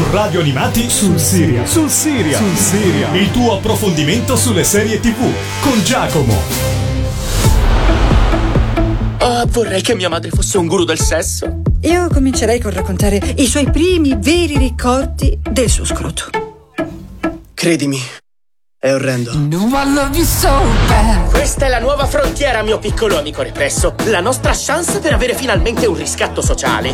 Radio Animati sul Serial. Il tuo approfondimento sulle serie TV con Giacomo. Vorrei che mia madre fosse un guru del sesso. Io comincerei con raccontare i suoi primi veri ricordi del suo scroto. Credimi, è orrendo. Questa è la nuova frontiera, mio piccolo amico represso. La nostra chance per avere finalmente un riscatto sociale.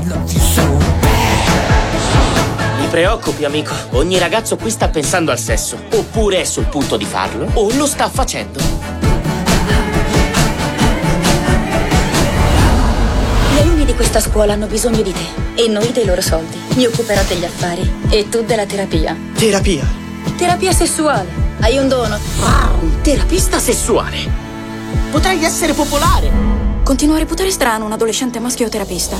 Mi preoccupi, amico. Ogni ragazzo qui sta pensando al sesso. Oppure è sul punto di farlo, o lo sta facendo. Gli alunni di questa scuola hanno bisogno di te e noi dei loro soldi. Mi occuperò degli affari e tu della terapia. Terapia? Terapia sessuale. Hai un dono. Un terapista sessuale. Potrei essere popolare. Continuo a reputare strano un adolescente maschio terapista.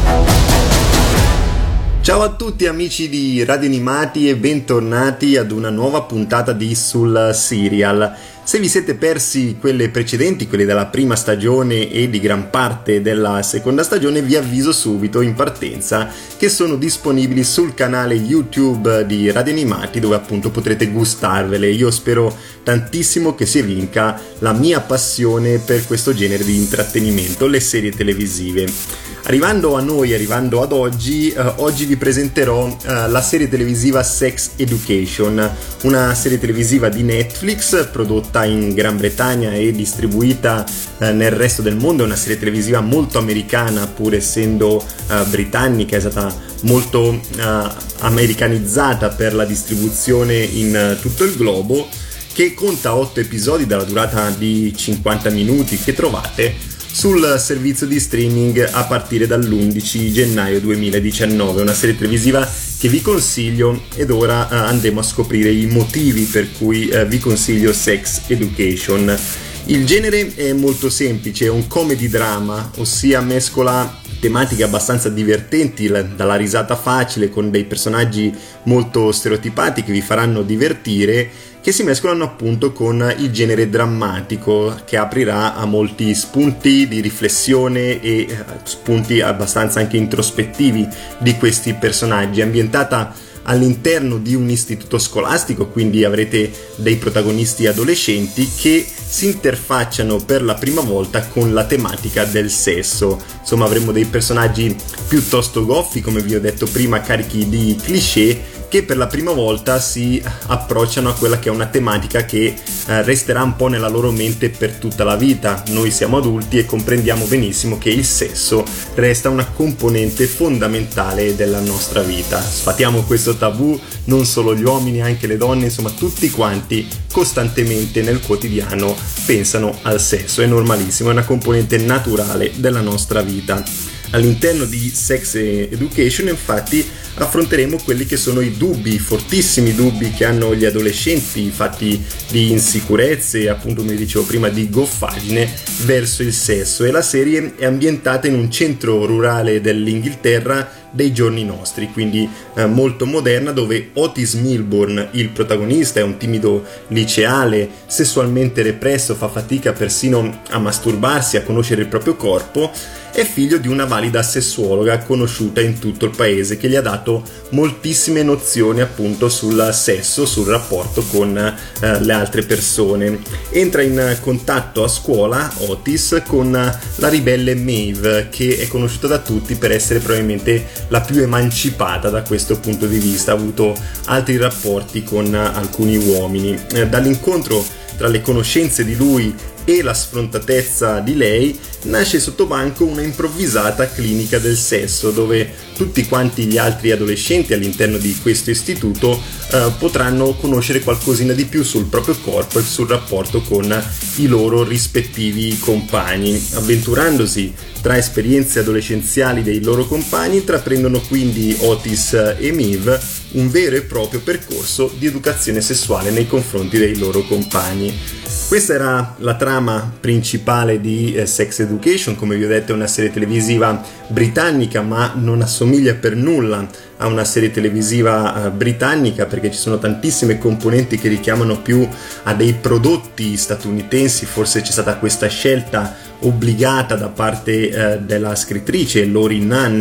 Ciao a tutti amici di Radio Animati e bentornati ad una nuova puntata di Sul Serial. Se vi siete persi quelle precedenti, quelle della prima stagione e di gran parte della seconda stagione, vi avviso subito in partenza che sono disponibili sul canale YouTube di Radio Animati, dove appunto potrete gustarvele. Io spero tantissimo che si evinca la mia passione per questo genere di intrattenimento, le serie televisive. Arrivando ad oggi, oggi vi presenterò la serie televisiva Sex Education, una serie televisiva di Netflix prodotta in Gran Bretagna e distribuita nel resto del mondo. È una serie televisiva molto americana, pur essendo britannica, è stata molto americanizzata per la distribuzione in tutto il globo, che conta 8 episodi dalla durata di 50 minuti che trovate sul servizio di streaming a partire dall'11 gennaio 2019. Una serie televisiva che vi consiglio, ed ora andremo a scoprire i motivi per cui vi consiglio Sex Education. Il genere è molto semplice, è un comedy drama, ossia mescola tematiche abbastanza divertenti, dalla risata facile con dei personaggi molto stereotipati che vi faranno divertire, che si mescolano appunto con il genere drammatico, che aprirà a molti spunti di riflessione e spunti abbastanza anche introspettivi di questi personaggi. È ambientata all'interno di un istituto scolastico, quindi avrete dei protagonisti adolescenti che si interfacciano per la prima volta con la tematica del sesso. Insomma, avremo dei personaggi piuttosto goffi, come vi ho detto prima, carichi di cliché, che per la prima volta si approcciano a quella che è una tematica che resterà un po' nella loro mente per tutta la vita. Noi siamo adulti e comprendiamo benissimo che il sesso resta una componente fondamentale della nostra vita. Sfatiamo questo tabù, non solo gli uomini, anche le donne, insomma tutti quanti costantemente nel quotidiano pensano al sesso. È normalissimo, è una componente naturale della nostra vita. All'interno di Sex Education, infatti, affronteremo quelli che sono i dubbi, i fortissimi dubbi che hanno gli adolescenti, fatti di insicurezze, appunto come dicevo prima, di goffaggine verso il sesso. E la serie è ambientata in un centro rurale dell'Inghilterra dei giorni nostri, quindi molto moderna, dove Otis Milburn, il protagonista, è un timido liceale, sessualmente represso, fa fatica persino a masturbarsi, a conoscere il proprio corpo. È figlio di una valida sessuologa conosciuta in tutto il paese, che gli ha dato moltissime nozioni appunto sul sesso, sul rapporto con le altre persone. Entra in contatto a scuola Otis con la ribelle Maeve, che è conosciuta da tutti per essere probabilmente la più emancipata da questo punto di vista. Ha avuto altri rapporti con alcuni uomini. Dall'incontro tra le conoscenze di lui e la sfrontatezza di lei nasce sotto banco una improvvisata clinica del sesso, dove tutti quanti gli altri adolescenti all'interno di questo istituto potranno conoscere qualcosina di più sul proprio corpo e sul rapporto con i loro rispettivi compagni. Avventurandosi tra esperienze adolescenziali dei loro compagni, intraprendono quindi Otis e Maeve un vero e proprio percorso di educazione sessuale nei confronti dei loro compagni. Questa era la trama principale di Sex Education. Come vi ho detto, è una serie televisiva britannica, ma non assomiglia per nulla a una serie televisiva britannica, perché ci sono tantissime componenti che richiamano più a dei prodotti statunitensi. Forse c'è stata questa scelta obbligata da parte della scrittrice Lori Nunn,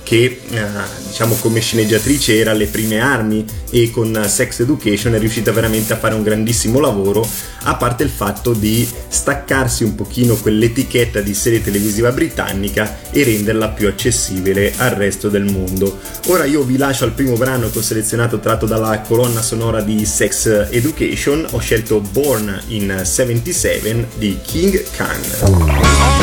che diciamo come sceneggiatrice era alle prime armi, e con Sex Education è riuscita veramente a fare un grandissimo lavoro, a parte il fatto di staccarsi un pochino quell'etichetta di serie televisiva britannica e renderla più accessibile al resto del mondo. Ora io vi lascio al primo brano che ho selezionato tratto dalla colonna sonora di Sex Education. Ho scelto Born in 77 di King Khan.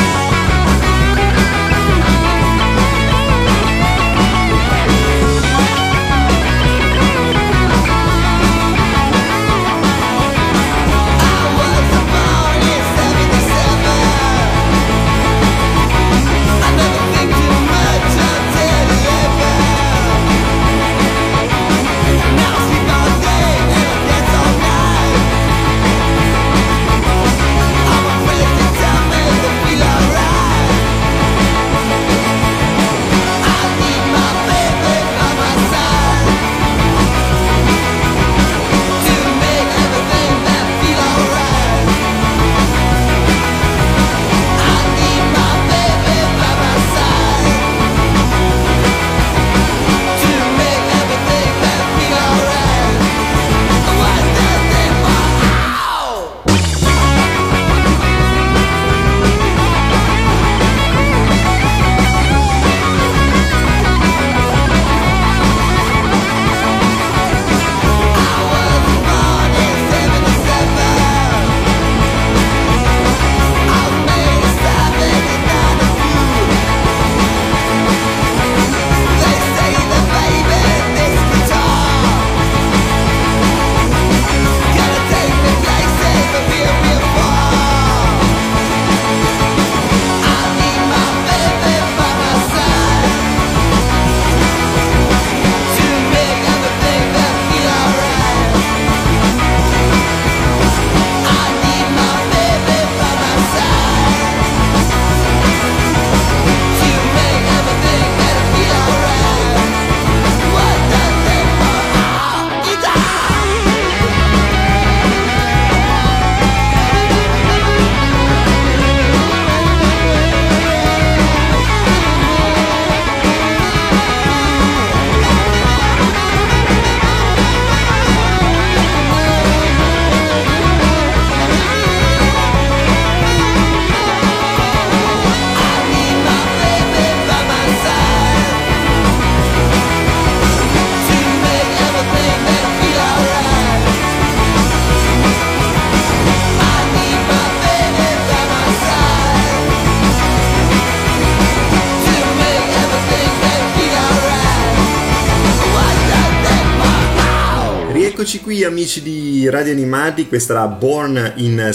Eccoci qui amici di Radio Animati, questa era Born in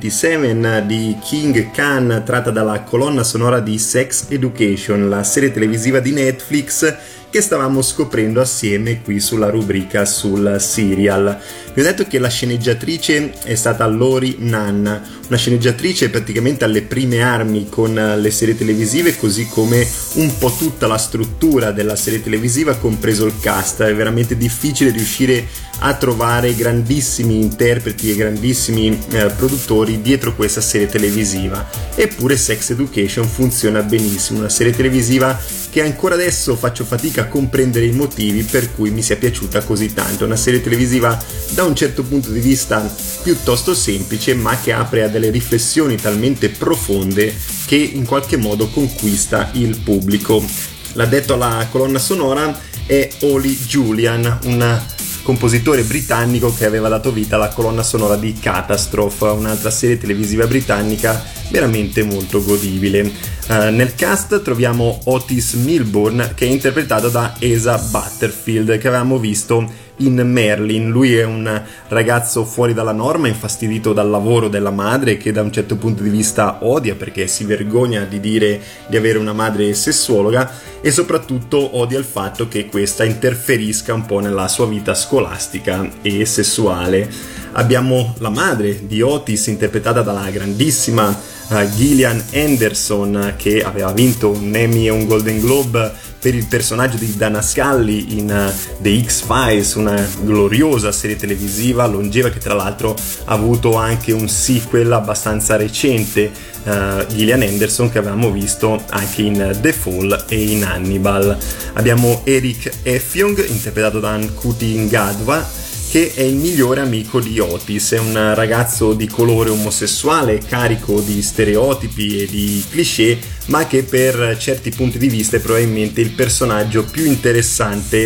77 di King Khan, tratta dalla colonna sonora di Sex Education, la serie televisiva di Netflix che stavamo scoprendo assieme qui sulla rubrica sul serial. Vi ho detto che la sceneggiatrice è stata Lori Nanna, una sceneggiatrice praticamente alle prime armi con le serie televisive, così come un po' tutta la struttura della serie televisiva, compreso il cast. È veramente difficile riuscire a trovare grandissimi interpreti e grandissimi produttori dietro questa serie televisiva. Eppure Sex Education funziona benissimo, una serie televisiva che ancora adesso faccio fatica a comprendere i motivi per cui mi sia piaciuta così tanto. Una serie televisiva da un certo punto di vista piuttosto semplice, ma che apre a delle riflessioni talmente profonde che in qualche modo conquista il pubblico. L'addetto alla colonna sonora è Oli Julian, un compositore britannico che aveva dato vita alla colonna sonora di Catastrophe, un'altra serie televisiva britannica veramente molto godibile. Nel cast troviamo Otis Milburn, che è interpretato da Asa Butterfield, che avevamo visto in Merlin. Lui è un ragazzo fuori dalla norma, infastidito dal lavoro della madre, che da un certo punto di vista odia perché si vergogna di dire di avere una madre sessuologa, e soprattutto odia il fatto che questa interferisca un po' nella sua vita scolastica e sessuale. Abbiamo la madre di Otis interpretata dalla grandissima Gillian Anderson, che aveva vinto un Emmy e un Golden Globe per il personaggio di Dana Scully in The X-Files, una gloriosa serie televisiva longeva che tra l'altro ha avuto anche un sequel abbastanza recente, Gillian Anderson, che avevamo visto anche in The Fall e in Hannibal. Abbiamo Eric Effiong, interpretato da Ncuti Ngadwa, che è il migliore amico di Otis. È un ragazzo di colore omosessuale, carico di stereotipi e di cliché, ma che per certi punti di vista è probabilmente il personaggio più interessante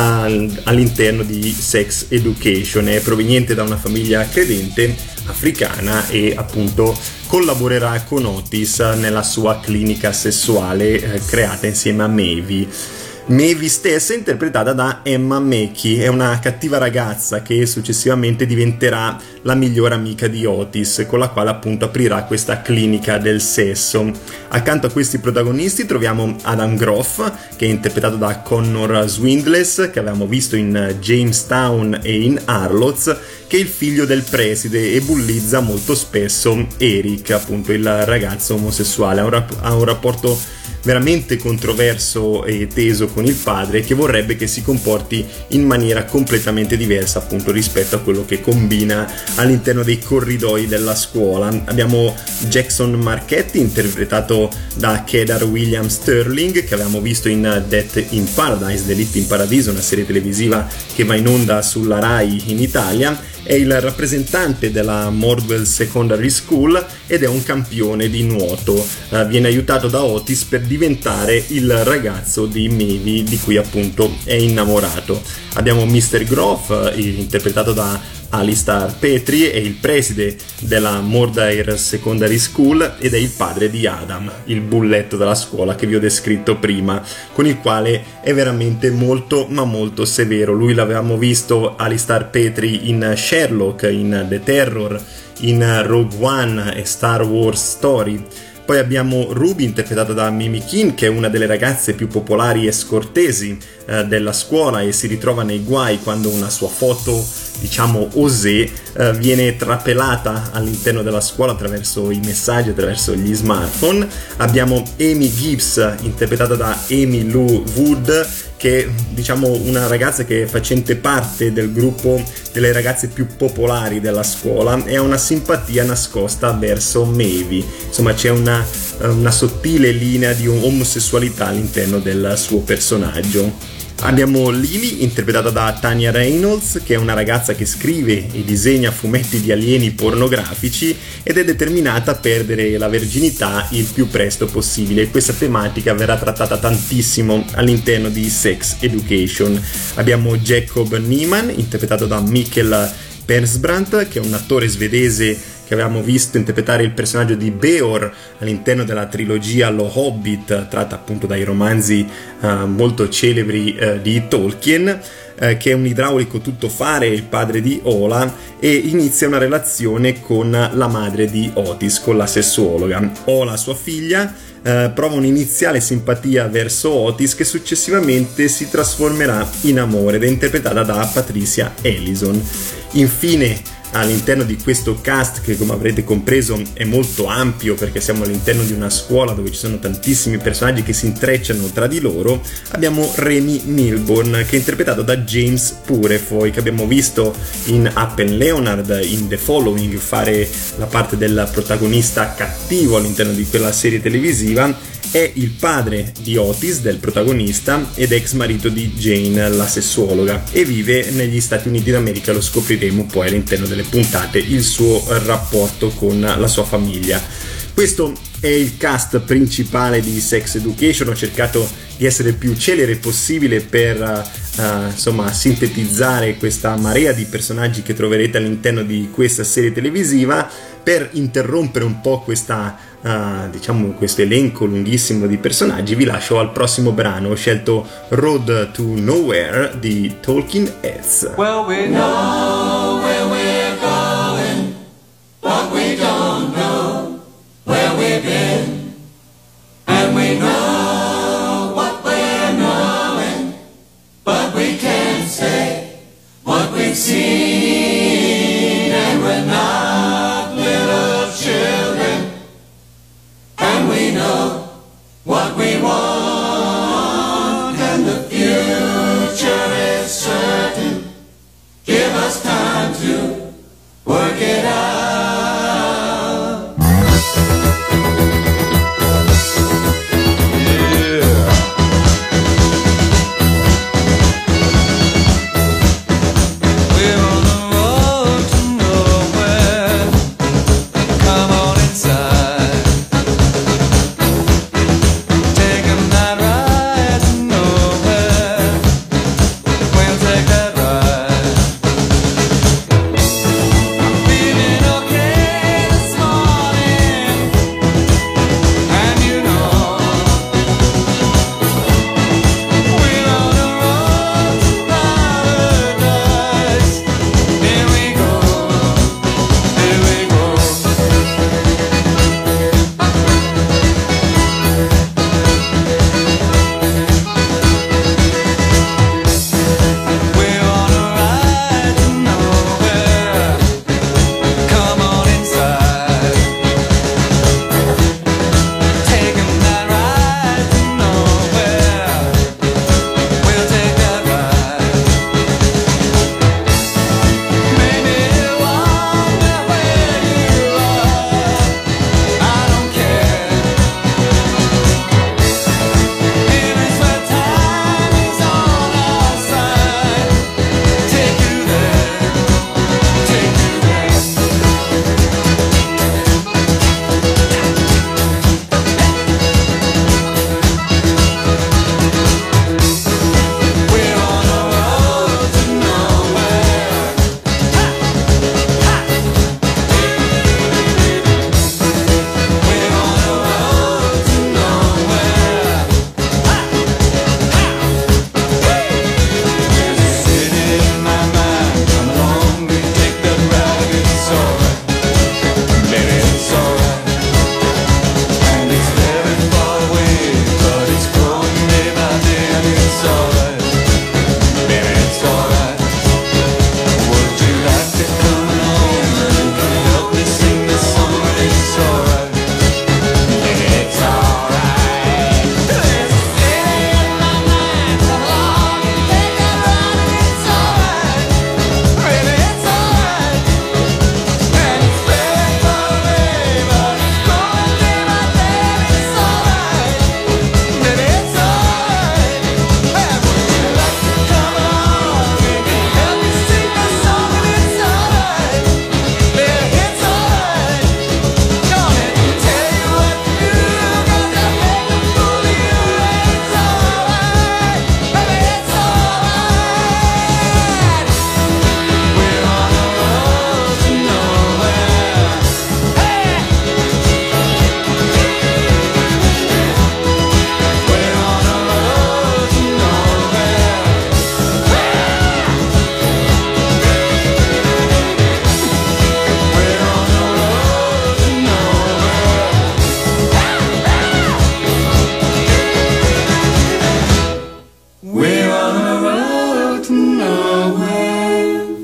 all'interno di Sex Education. È proveniente da una famiglia credente africana e appunto collaborerà con Otis nella sua clinica sessuale creata insieme a Maeve. Maeve stessa è interpretata da Emma Mackey, è una cattiva ragazza che successivamente diventerà la migliore amica di Otis, con la quale appunto aprirà questa clinica del sesso. Accanto a questi protagonisti troviamo Adam Groff, che è interpretato da Connor Swindles, che avevamo visto in Jamestown e in Harlots, che è il figlio del preside e bullizza molto spesso Eric, appunto il ragazzo omosessuale. Ha un rapporto veramente controverso e teso con il padre, che vorrebbe che si comporti in maniera completamente diversa appunto rispetto a quello che combina all'interno dei corridoi della scuola. Abbiamo Jackson Marchetti, interpretato da Kedar William Sterling, che avevamo visto in Death in Paradise, Delitti in Paradiso, una serie televisiva che va in onda sulla Rai in Italia. È il rappresentante della Mordwell Secondary School ed è un campione di nuoto. Viene aiutato da Otis per diventare il ragazzo di Maeve, di cui appunto è innamorato. Abbiamo Mr. Groff, interpretato da Alistair Petrie, è il preside della Mordwell Secondary School ed è il padre di Adam, il bulletto della scuola che vi ho descritto prima, con il quale è veramente molto ma molto severo. Lui l'avevamo visto, Alistair Petrie, in Sherlock, in The Terror, in Rogue One e Star Wars Story. Poi abbiamo Ruby, interpretata da Mimi King, che è una delle ragazze più popolari e scortesi della scuola e si ritrova nei guai quando una sua foto, diciamo osé, viene trapelata all'interno della scuola attraverso i messaggi, attraverso gli smartphone. Abbiamo Amy Gibbs, interpretata da Amy Lou Wood, che è diciamo una ragazza che è facente parte del gruppo delle ragazze più popolari della scuola e ha una simpatia nascosta verso Maeve. Insomma, c'è una sottile linea di omosessualità all'interno del suo personaggio. Abbiamo Lily, interpretata da Tanya Reynolds, che è una ragazza che scrive e disegna fumetti di alieni pornografici ed è determinata a perdere la verginità il più presto possibile. Questa tematica verrà trattata tantissimo all'interno di Sex Education. Abbiamo Jacob Niemann, interpretato da Mikkel Persbrandt, che è un attore svedese che avevamo visto interpretare il personaggio di Beor all'interno della trilogia Lo Hobbit, tratta appunto dai romanzi molto celebri di Tolkien, che è un idraulico tuttofare, il padre di Ola, e inizia una relazione con la madre di Otis, con la sessuologa. Ola, sua figlia, prova un'iniziale simpatia verso Otis che successivamente si trasformerà in amore ed è interpretata da Patricia Ellison. Infine, all'interno di questo cast, che come avrete compreso è molto ampio perché siamo all'interno di una scuola dove ci sono tantissimi personaggi che si intrecciano tra di loro, abbiamo Remy Milbourne, che è interpretato da James Purefoy, che abbiamo visto in Up and Leonard, in The Following, fare la parte del protagonista cattivo all'interno di quella serie televisiva. È il padre di Otis, del protagonista, ed ex marito di Jane, la sessuologa, e vive negli Stati Uniti d'America. Lo scopriremo poi all'interno delle puntate, il suo rapporto con la sua famiglia. Questo è il cast principale di Sex Education. Ho cercato di essere il più celere possibile per insomma sintetizzare questa marea di personaggi che troverete all'interno di questa serie televisiva. Per interrompere un po' questa diciamo questo elenco lunghissimo di personaggi, vi lascio al prossimo brano. Ho scelto Road to Nowhere di Talking Heads. Well, we know where we're going, but we don't know where we've been, and we know what we're knowing, but we can't say what we've seen, and we're not little children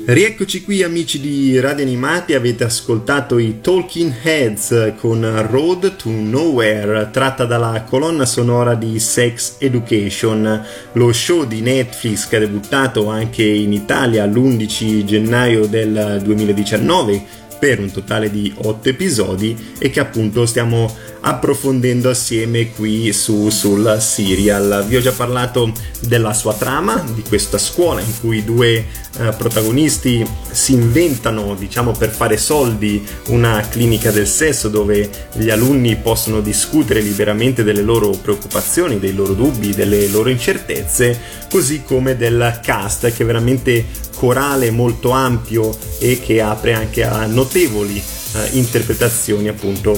Rieccoci qui amici di Radio Animati, avete ascoltato i Talking Heads con Road to Nowhere, tratta dalla colonna sonora di Sex Education, lo show di Netflix che è debuttato anche in Italia l'11 gennaio del 2019 per un totale di 8 episodi e che appunto stiamo approfondendo assieme qui sul serial. Vi ho già parlato della sua trama, di questa scuola in cui due protagonisti si inventano, diciamo, per fare soldi una clinica del sesso dove gli alunni possono discutere liberamente delle loro preoccupazioni, dei loro dubbi, delle loro incertezze, così come del cast che è veramente corale, molto ampio e che apre anche a notevoli interpretazioni appunto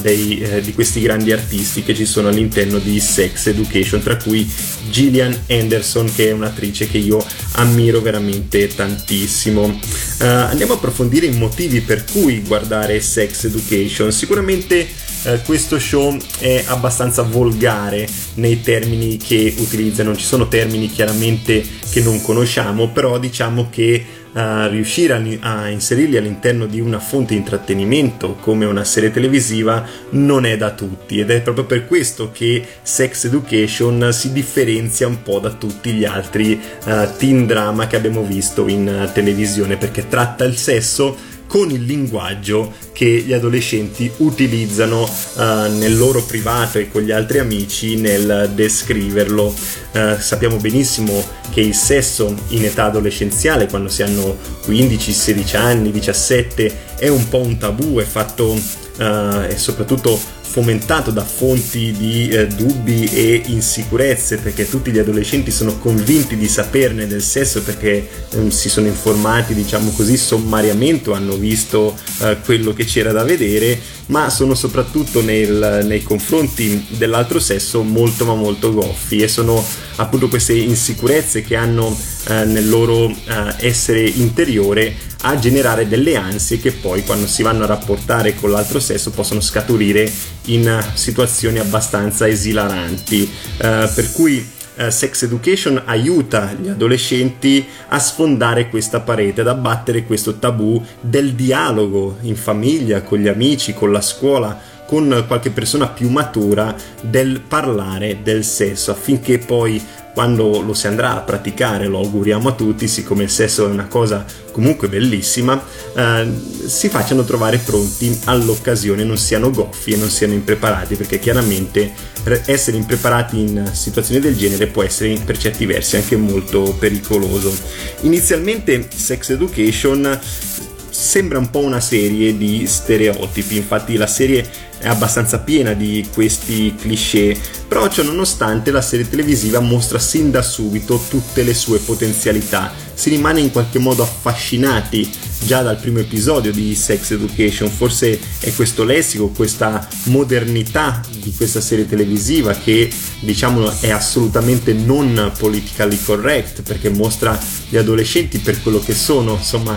di questi grandi artisti che ci sono all'interno di Sex Education, tra cui Gillian Anderson, che è un'attrice che io ammiro veramente tantissimo. Andiamo a approfondire i motivi per cui guardare Sex Education. Sicuramente questo show è abbastanza volgare nei termini che utilizza, non ci sono termini chiaramente che non conosciamo, però diciamo che riuscire a inserirli all'interno di una fonte di intrattenimento come una serie televisiva non è da tutti, ed è proprio per questo che Sex Education si differenzia un po' da tutti gli altri teen drama che abbiamo visto in televisione, perché tratta il sesso con il linguaggio che gli adolescenti utilizzano nel loro privato e con gli altri amici nel descriverlo. Sappiamo benissimo che il sesso in età adolescenziale, quando si hanno 15, 16 anni, 17, è un po' un tabù, è fatto e soprattutto fomentato da fonti di dubbi e insicurezze, perché tutti gli adolescenti sono convinti di saperne del sesso perché si sono informati, diciamo così, sommariamente, hanno visto quello che c'era da vedere, ma sono soprattutto nei confronti dell'altro sesso molto ma molto goffi, e sono appunto queste insicurezze che hanno nel loro essere interiore a generare delle ansie che poi, quando si vanno a rapportare con l'altro sesso, possono scaturire in situazioni abbastanza esilaranti, per cui Sex Education aiuta gli adolescenti a sfondare questa parete, ad abbattere questo tabù del dialogo in famiglia, con gli amici, con la scuola, con qualche persona più matura, del parlare del sesso, affinché poi, quando lo si andrà a praticare, lo auguriamo a tutti, siccome il sesso è una cosa comunque bellissima, si facciano trovare pronti all'occasione, non siano goffi e non siano impreparati, perché chiaramente essere impreparati in situazioni del genere può essere per certi versi anche molto pericoloso. Inizialmente Sex Education sembra un po' una serie di stereotipi, infatti la serie è abbastanza piena di questi cliché, però ciò nonostante la serie televisiva mostra sin da subito tutte le sue potenzialità, si rimane in qualche modo affascinati già dal primo episodio di Sex Education. Forse è questo lessico, questa modernità di questa serie televisiva che, diciamo, è assolutamente non politically correct, perché mostra gli adolescenti per quello che sono, insomma,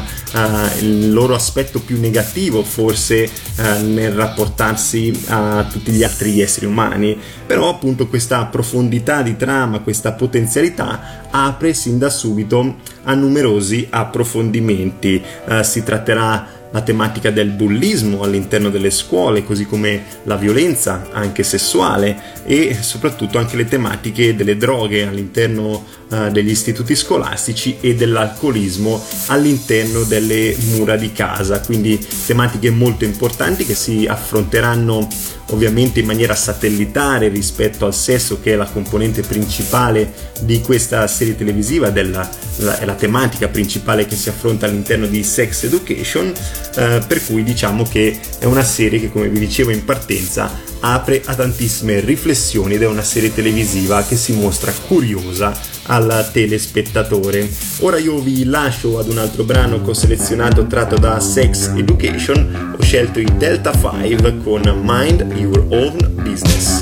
il loro aspetto più negativo forse nel rapportarsi a tutti gli altri esseri umani, però appunto questa profondità di trama, questa potenzialità apre sin da subito a numerosi approfondimenti. Si tratterà la tematica del bullismo all'interno delle scuole, così come la violenza anche sessuale, e soprattutto anche le tematiche delle droghe all'interno degli istituti scolastici e dell'alcolismo all'interno delle mura di casa, quindi tematiche molto importanti che si affronteranno ovviamente in maniera satellitare rispetto al sesso, che è la componente principale di questa serie televisiva, è la tematica principale che si affronta all'interno di Sex Education, per cui diciamo che è una serie che, come vi dicevo in partenza, apre a tantissime riflessioni ed è una serie televisiva che si mostra curiosa al telespettatore. Ora io vi lascio ad un altro brano che ho selezionato tratto da Sex Education. Ho scelto i Delta 5 con Mind Your Own Business.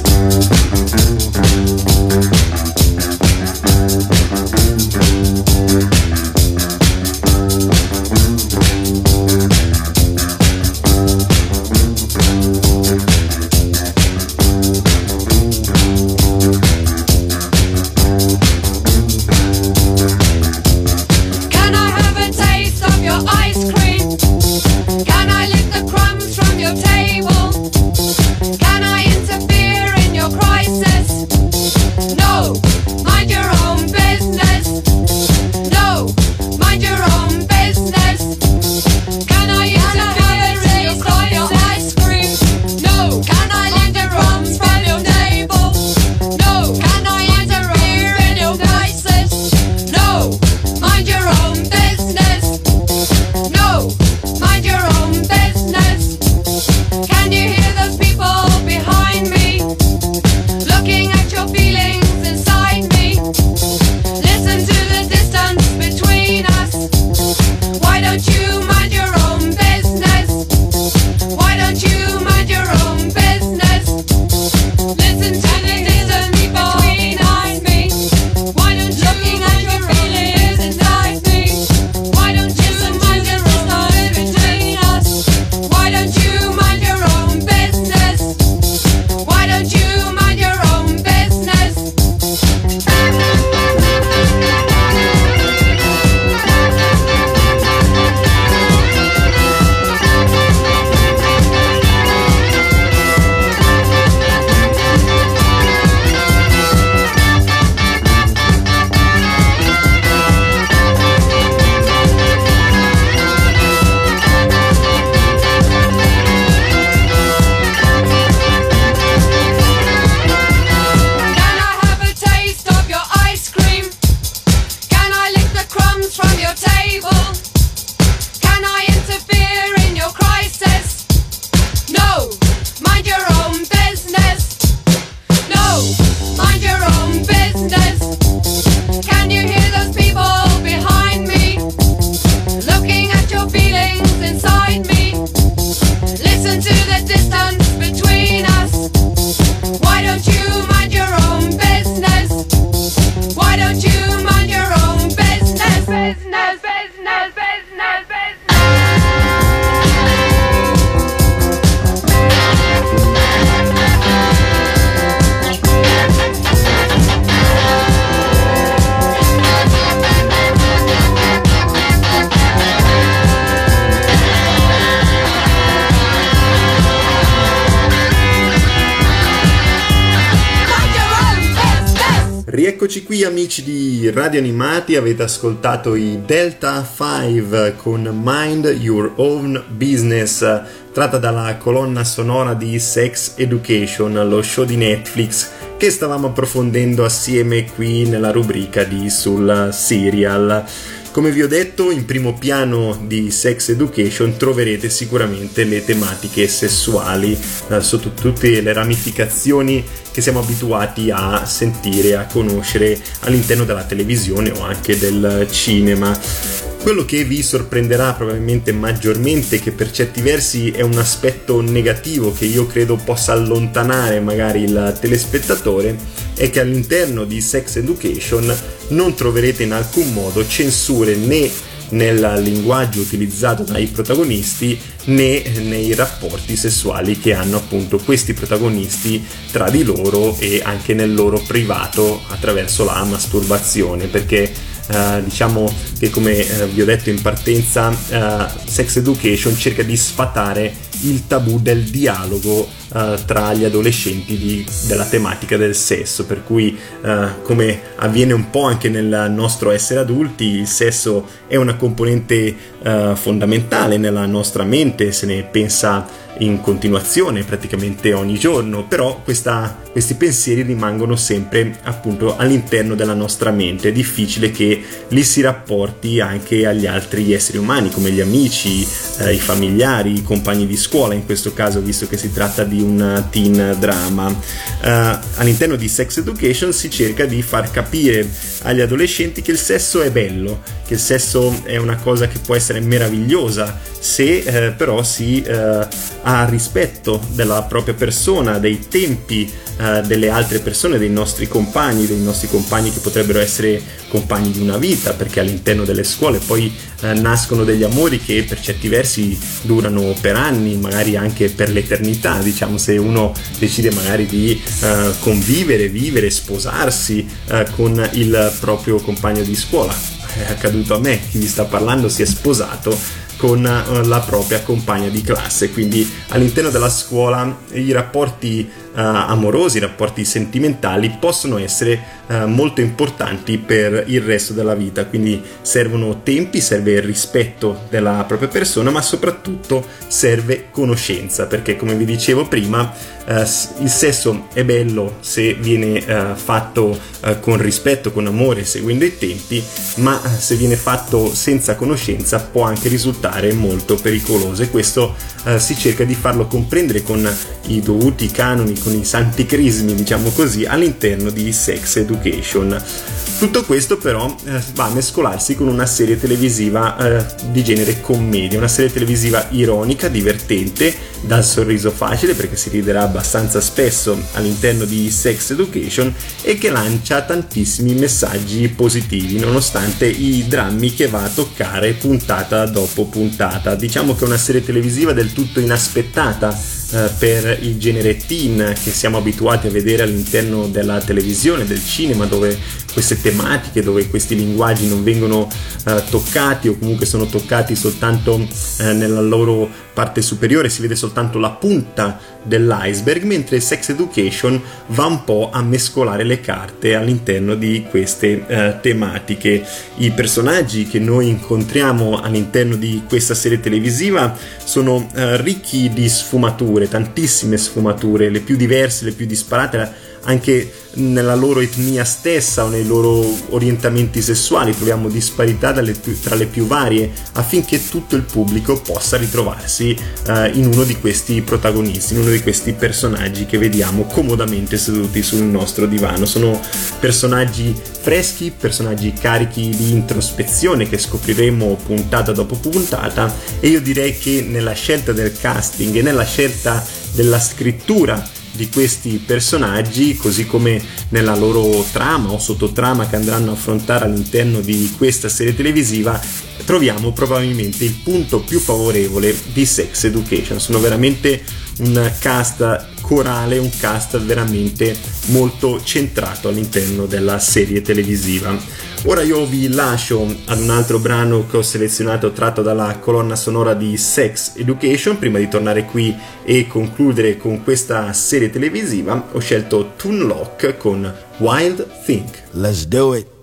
Can I have a taste of Eccoci qui amici di Radio Animati, avete ascoltato i Delta 5 con Mind Your Own Business, tratta dalla colonna sonora di Sex Education, lo show di Netflix che stavamo approfondendo assieme qui nella rubrica di Sul Serial. Come vi ho detto, in primo piano di Sex Education troverete sicuramente le tematiche sessuali sotto tutte le ramificazioni che siamo abituati a sentire, a conoscere all'interno della televisione o anche del cinema. Quello che vi sorprenderà probabilmente maggiormente, che per certi versi è un aspetto negativo che io credo possa allontanare magari il telespettatore, è che all'interno di Sex Education non troverete in alcun modo censure né nel linguaggio utilizzato dai protagonisti né nei rapporti sessuali che hanno appunto questi protagonisti tra di loro e anche nel loro privato attraverso la masturbazione, perché diciamo che come vi ho detto in partenza, Sex Education cerca di sfatare il tabù del dialogo tra gli adolescenti della tematica del sesso, per cui come avviene un po' anche nel nostro essere adulti, il sesso è una componente fondamentale nella nostra mente, se ne pensa in continuazione praticamente ogni giorno, però questi pensieri rimangono sempre appunto all'interno della nostra mente. È difficile che li si rapporti anche agli altri esseri umani come gli amici, i familiari, i compagni di scuola in questo caso, visto che si tratta di un teen drama. All'interno di Sex Education si cerca di far capire agli adolescenti che il sesso è bello, che il sesso è una cosa che può essere meravigliosa se però si ha rispetto della propria persona, dei tempi delle altre persone, dei nostri compagni che potrebbero essere compagni di una vita, perché all'interno delle scuole poi nascono degli amori che per certi versi durano per anni, magari anche per l'eternità, diciamo, se uno decide magari di convivere, vivere, sposarsi con il proprio compagno di scuola. È accaduto a me, chi vi sta parlando si è sposato con la propria compagna di classe, quindi all'interno della scuola i rapporti amorosi, i rapporti sentimentali possono essere molto importanti per il resto della vita, quindi servono tempi, serve il rispetto della propria persona, ma soprattutto serve conoscenza, perché come vi dicevo prima il sesso è bello se viene fatto con rispetto, con amore, seguendo i tempi, ma se viene fatto senza conoscenza può anche risultare molto pericoloso, e questo si cerca di farlo comprendere con i dovuti canoni, con i santi crismi, diciamo così, all'interno di Sex Education. Tutto questo però va a mescolarsi con una serie televisiva di genere commedia, una serie televisiva ironica, divertente, dal sorriso facile, perché si riderà abbastanza spesso all'interno di Sex Education, e che lancia tantissimi messaggi positivi nonostante i drammi che va a toccare puntata dopo puntata. Diciamo che è una serie televisiva del tutto inaspettata per il genere teen che siamo abituati a vedere all'interno della televisione, del cinema, dove queste tematiche, dove questi linguaggi non vengono toccati, o comunque sono toccati soltanto nella loro parte superiore, si vede soltanto la punta dell'iceberg, mentre Sex Education va un po' a mescolare le carte all'interno di queste tematiche. I personaggi che noi incontriamo all'interno di questa serie televisiva sono ricchi di sfumature, tantissime sfumature, le più diverse, le più disparate, anche nella loro etnia stessa o nei loro orientamenti sessuali troviamo disparità tra le più varie, affinché tutto il pubblico possa ritrovarsi in uno di questi protagonisti, in uno di questi personaggi che vediamo comodamente seduti sul nostro divano. Sono personaggi freschi, personaggi carichi di introspezione che scopriremo puntata dopo puntata, e io direi che nella scelta del casting e nella scelta della scrittura di questi personaggi, così come nella loro trama o sottotrama che andranno a affrontare all'interno di questa serie televisiva, troviamo probabilmente il punto più favorevole di Sex Education. Sono veramente un cast corale, un cast veramente molto centrato all'interno della serie televisiva. Ora io vi lascio ad un altro brano che ho selezionato tratto dalla colonna sonora di Sex Education. Prima di tornare qui e concludere con questa serie televisiva, ho scelto Toon Lock con Wild Thing. Let's do it.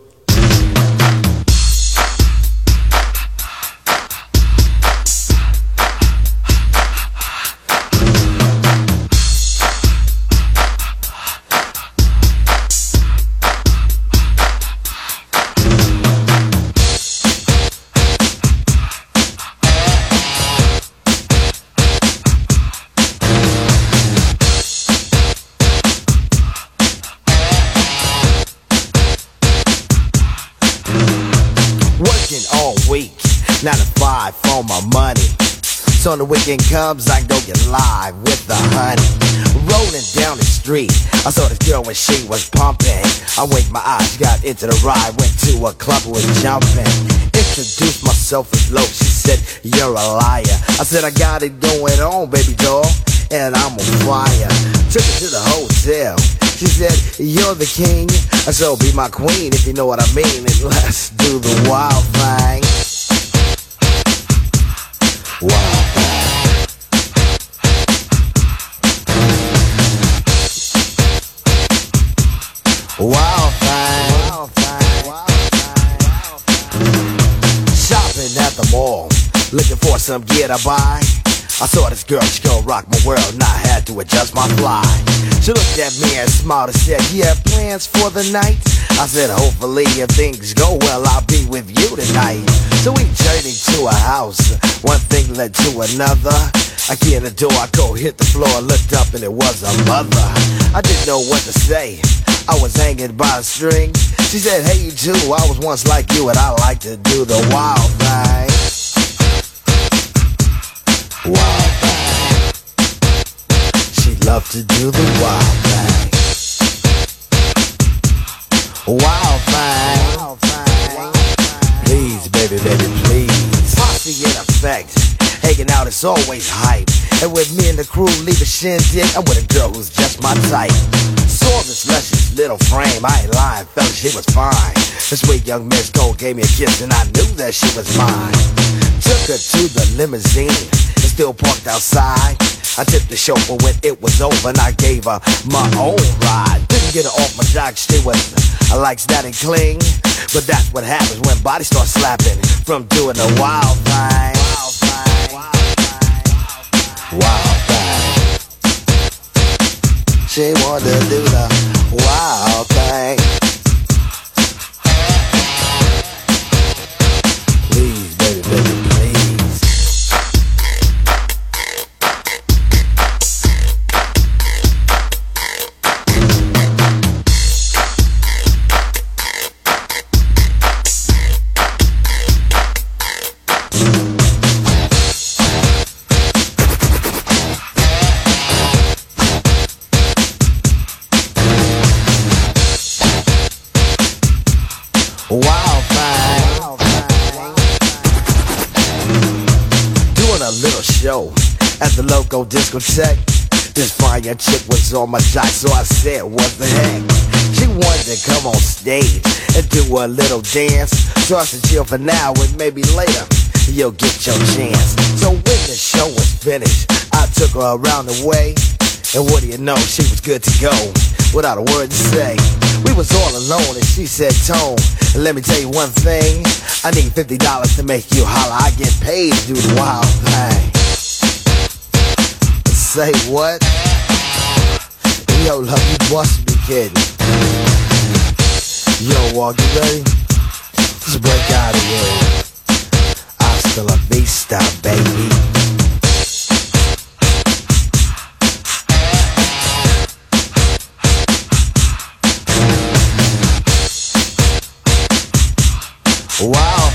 All week, 9 to 5 for my money. So when the weekend comes, I go get live with the honey. Rolling down the street, I saw this girl when she was pumping. I winked my eyes, got into the ride, went to a club, was jumping. Introduced myself as low, she said, you're a liar. I said, I got it going on, baby doll, and I'm on fire. Took her to the hotel. She said, you're the king, so be my queen if you know what I mean. And let's do the wild thing. Wild thing. Wild thing. Wild thing. Wild thing. Shopping at the mall, looking for some gear to buy. I saw this girl, she gon' rock my world, and I had to adjust my fly. She looked at me and smiled and said, you have plans for the night? I said, hopefully if things go well, I'll be with you tonight. So we journeyed to a house, one thing led to another. I get in the door, I go hit the floor, looked up and it was a mother. I didn't know what to say, I was hanging by a string. She said, hey you too, I was once like you and I like to do the wild thing. Wild thing. She loved to do the wild thing. Wild thing. Wild thing. Please, baby, baby, please. Posse in effect. Hanging out is always hype. And with me and the crew leave a shindig, I'm with a girl who's just my type. Saw this luscious little frame, I ain't lying, fella, she was fine. This sweet young Miss Gold gave me a kiss and I knew that she was mine. Took her to the limousine, and still parked outside. I tipped the chauffeur when it was over and I gave her my own ride. Didn't get her off my jock, she was like that and cling. But that's what happens when bodies start slapping from doing the wild thing. Wild thing. Wild thing. She wanted to do the wild thing. Please, baby, baby, please. Wild thing. Doing a little show at the local discotheque. This fine young chick was on my jock, so I said, what the heck? She wanted to come on stage and do a little dance. So I said, chill for now and maybe later you'll get your chance. So when the show was finished, I took her around the way. And what do you know, she was good to go without a word to say. We was all alone and she said, Tone, let me tell you one thing, I need $50 to make you holler. I get paid to do the wild thing. Say what? Yo, love, you must be kidding. Yo, Walk, you ready? Let's break out of here. Hasta la vista, baby. Wild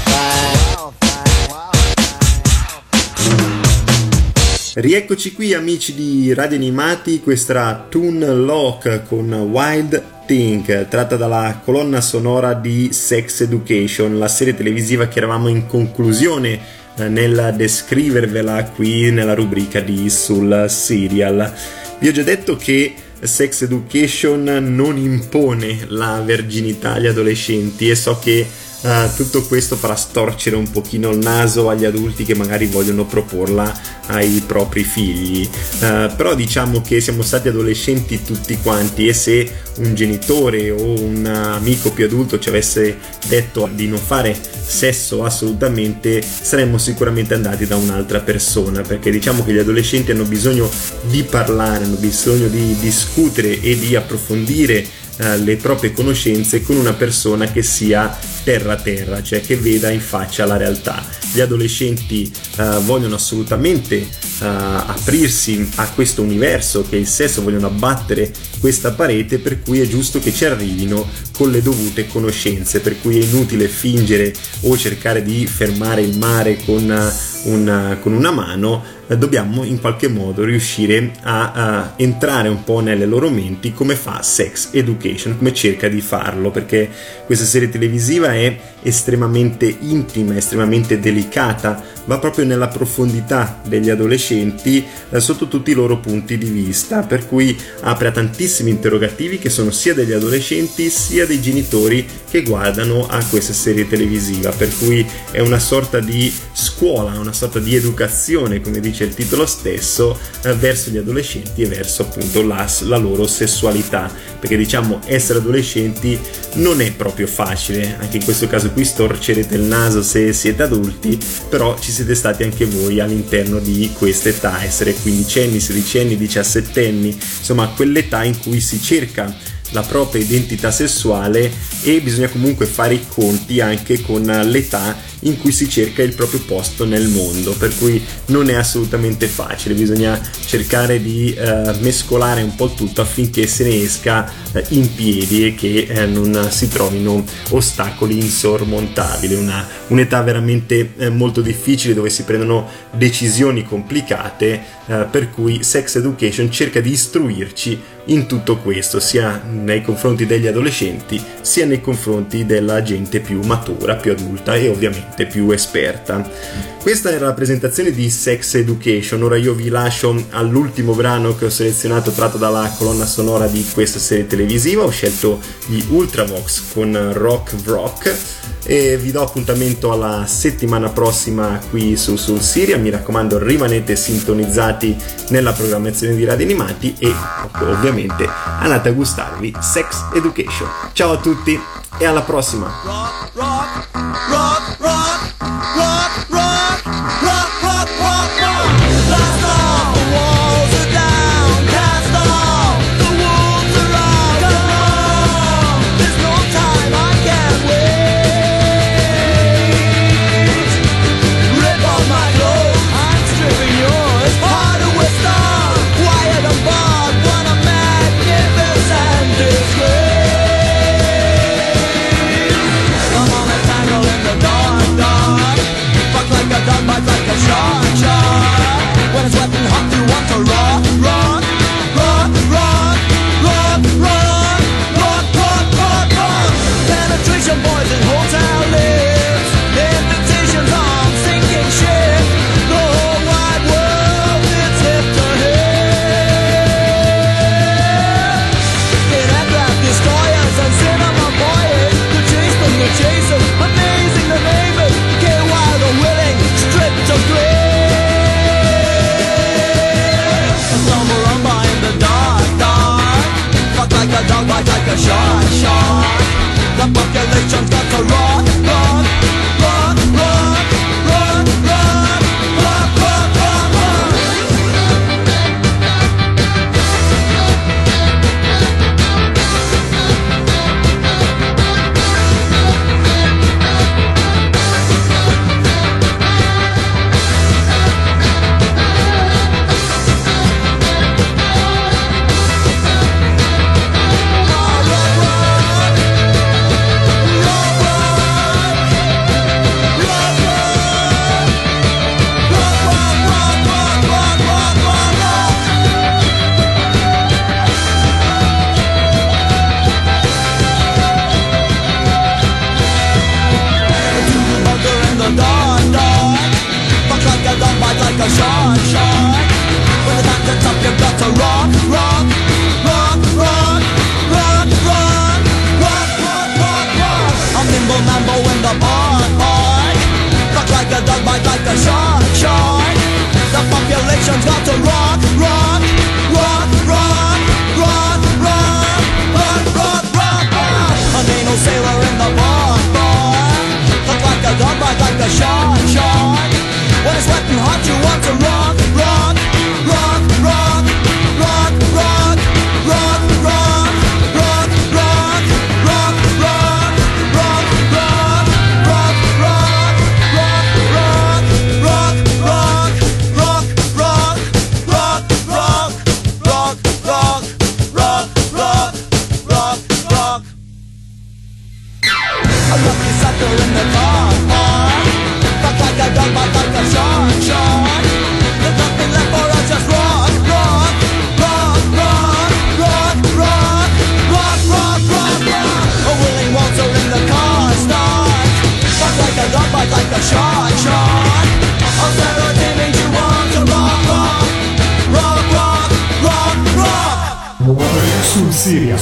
Rieccoci qui amici di Radio Animati, questa era Toon Lock con Wild Thing, tratta dalla colonna sonora di Sex Education, la serie televisiva che eravamo in conclusione nel descrivervela qui nella rubrica di Sul Serial. Vi ho già detto che Sex Education non impone la verginità agli adolescenti, e so che tutto questo farà storcere un pochino il naso agli adulti che magari vogliono proporla ai propri figli, però diciamo che siamo stati adolescenti tutti quanti, e se un genitore o un amico più adulto ci avesse detto di non fare sesso assolutamente, saremmo sicuramente andati da un'altra persona, perché diciamo che gli adolescenti hanno bisogno di parlare, hanno bisogno di discutere e di approfondire le proprie conoscenze con una persona che sia terra, cioè che veda in faccia la realtà. Gli adolescenti vogliono assolutamente aprirsi a questo universo che è il sesso, vogliono abbattere questa parete, per cui è giusto che ci arrivino con le dovute conoscenze, per cui è inutile fingere o cercare di fermare il mare con una mano. Dobbiamo in qualche modo riuscire a entrare un po' nelle loro menti, come fa Sex Education, come cerca di farlo, perché questa serie televisiva è estremamente intima, estremamente delicata, va proprio nella profondità degli adolescenti sotto tutti i loro punti di vista, per cui apre a tantissimi interrogativi che sono sia degli adolescenti sia dei genitori che guardano a questa serie televisiva, per cui è una sorta di scuola, una sorta di educazione, come dice il titolo stesso, verso gli adolescenti e verso appunto la loro sessualità, perché diciamo essere adolescenti non è proprio facile. Anche in questo caso qui storcerete il naso se siete adulti, però ci siete stati anche voi all'interno di questa età, essere quindicenni, sedicenni, diciassettenni, insomma quell'età in cui si cerca la propria identità sessuale e bisogna comunque fare i conti anche con l'età in cui si cerca il proprio posto nel mondo, per cui non è assolutamente facile, bisogna cercare di mescolare un po' tutto affinché se ne esca in piedi e che non si trovino ostacoli insormontabili. Un'età veramente molto difficile, dove si prendono decisioni complicate, per cui Sex Education cerca di istruirci in tutto questo, sia nei confronti degli adolescenti sia nei confronti della gente più matura, più adulta e ovviamente più esperta. Questa era la presentazione di Sex Education. Ora io vi lascio all'ultimo brano che ho selezionato, tratto dalla colonna sonora di questa serie televisiva. Ho scelto gli Ultravox con Rock Rock e vi do appuntamento alla settimana prossima qui sul Siria. Mi raccomando, rimanete sintonizzati nella programmazione di Radio Animati e ovviamente andate a gustarvi Sex Education. Ciao a tutti e alla prossima. Rock, rock, rock, rock, rock, rock, rock, rock, rock, rock. Blast off, the walls are down, cast off, the wolves are out. Come on, there's no time, I can't wait. Rip off my clothes, I'm stripping yours. Harder with stars, quiet and barbed, what a magnificent disgrace. Come on, let's tangle in the dark, dark.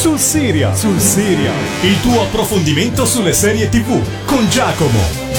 sul Serial, il tuo approfondimento sulle serie TV con Giacomo.